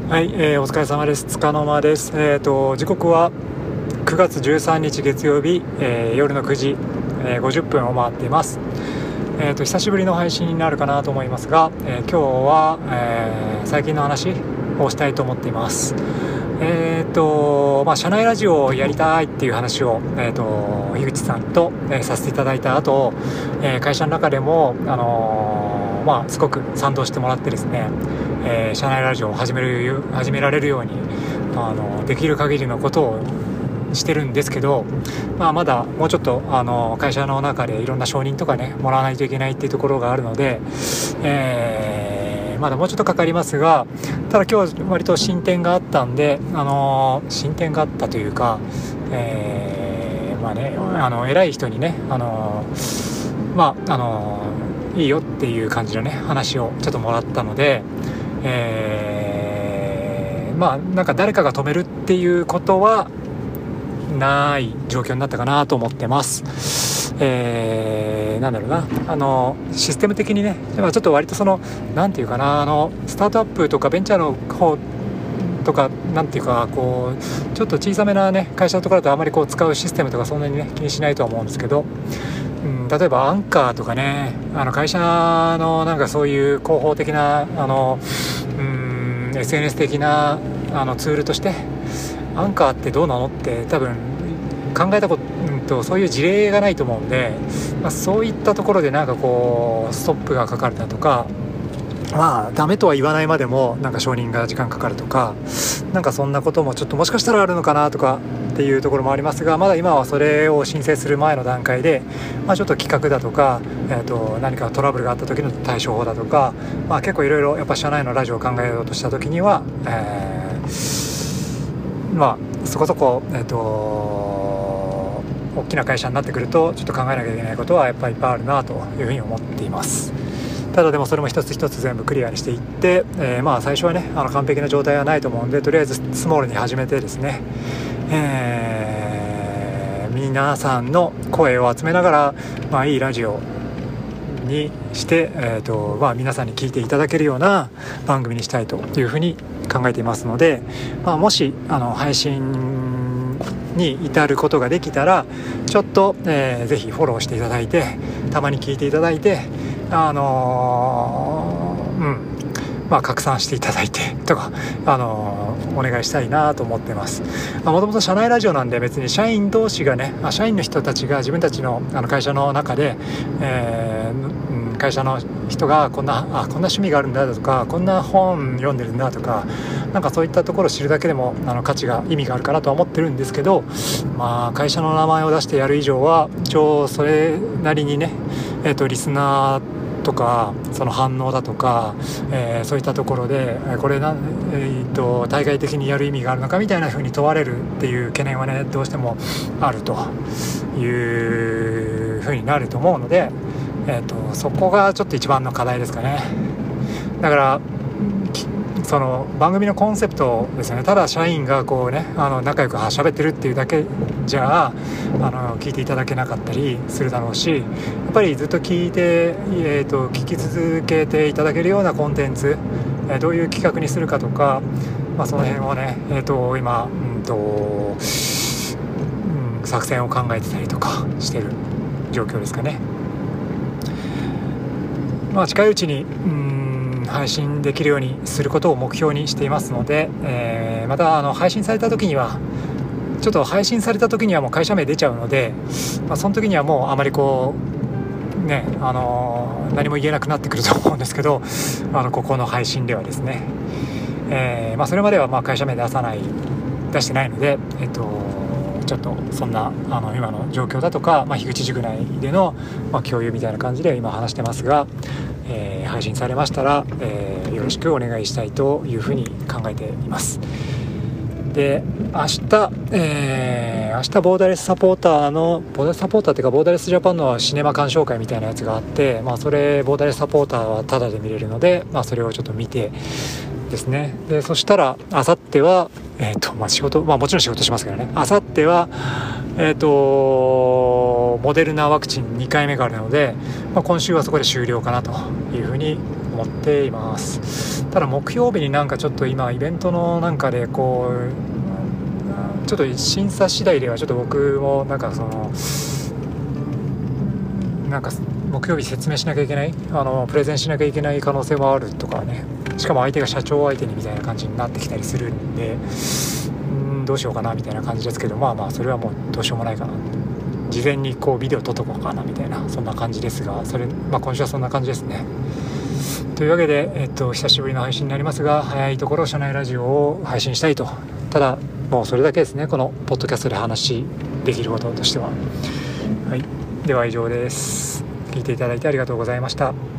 はい、お疲れ様です。つかの間です。時刻は9月13日月曜日、夜の9時、50分を回っています。久しぶりの配信になるかなと思いますが、今日は、最近の話をしたいと思っています。社内ラジオをやりたいっていう話を、樋口さんと、させていただいた後、会社の中でも、すごく賛同してもらってですね、社内ラジオを始められるようにできる限りのことをしてるんですけど、まだもうちょっと会社の中でいろんな承認とかねもらわないといけないっていうところがあるので、まだもうちょっとかかりますが、ただ今日割と進展があったんで、進展があったというか、偉い人にねいいよっていう感じのね話をちょっともらったので、なんか誰かが止めるっていうことはない状況になったかなと思ってます。システム的にねちょっと割となんていうかな、スタートアップとかベンチャーの方とかなんていうかちょっと小さめなね会社とかだとあまり使うシステムとかそんなにね気にしないとは思うんですけど、例えばアンカーとかね会社のなんかそういう広報的なSNS 的なツールとしてアンカーってどうなのって多分考えたことそういう事例がないと思うんで、そういったところでなんかストップがかかるだとか、ダメとは言わないまでもなんか承認が時間かかるとか、なんかそんなこともちょっともしかしたらあるのかなとかっていうところもありますが、まだ今はそれを申請する前の段階で、ちょっと企画だとか、何かトラブルがあった時の対処法だとか、結構いろいろやっぱ社内のラジオを考えようとした時には、そこそこ大きな会社になってくるとちょっと考えなきゃいけないことはやっぱりいっぱいあるなというふうに思っています。ただでもそれも一つ一つ全部クリアにしていって、最初はね完璧な状態はないと思うんで、とりあえずスモールに始めてですね、皆さんの声を集めながら、いいラジオにして、皆さんに聞いていただけるような番組にしたいというふうに考えていますので、もし配信に至ることができたらちょっと、ぜひフォローしていただいて、たまに聞いていただいて、拡散していただいてとかお願いしたいなと思ってます。もともと社内ラジオなんで別に社員同士がね、社員の人たちが自分たちの会社の中で、会社の人がこんな趣味があるんだとか、こんな本読んでるんだとか、なんかそういったところを知るだけでも意味があるかなとは思ってるんですけど、会社の名前を出してやる以上は一応それなりにね、リスナーとかその反応だとか、そういったところでこれ対外的にやる意味があるのかみたいな風に問われるっていう懸念はねどうしてもあるという風になると思うので、そこがちょっと一番の課題ですかね。だからその番組のコンセプトですよね。ただ社員が仲良く喋ってるっていうだけじゃ聞いていただけなかったりするだろうし、やっぱりずっと聞き続けていただけるようなコンテンツ、どういう企画にするかとか、その辺をね、今作戦を考えてたりとかしてる状況ですかね。近いうちに配信できるようにすることを目標にしていますので、また配信された時にはもう会社名出ちゃうので、その時にはもうあまり何も言えなくなってくると思うんですけど、ここの配信ではですね、それまでは会社名出してないので、ちょっとそんな今の状況だとか、樋口塾内での、共有みたいな感じで今話してますが、配信されましたら、よろしくお願いしたいというふうに考えています。で明日ボーダレスサポーターっていうかボーダレスジャパンのシネマ鑑賞会みたいなやつがあって、それボーダレスサポーターはタダで見れるので、それをちょっと見てですね。でそしたら明後日は仕事、もちろん仕事しますけどね、あさってはモデルナワクチン2回目があるので、今週はそこで終了かなというふうに思っています。ただ木曜日になんかちょっと今イベントのなんかでこうちょっと審査次第ではちょっと僕もなんか木曜日説明しなきゃいけないプレゼンしなきゃいけない可能性もあるとかね、しかも相手が社長相手にみたいな感じになってきたりするんで、どうしようかなみたいな感じですけど、それはもうどうしようもないかな、事前にこうビデオ撮っとこうかなみたいな、そんな感じですが、今週はそんな感じですね。というわけで、久しぶりの配信になりますが、早いところ社内ラジオを配信したいと。ただもうそれだけですね、このポッドキャストで話できることとしては。はい、では以上です。聞いていただいてありがとうございました。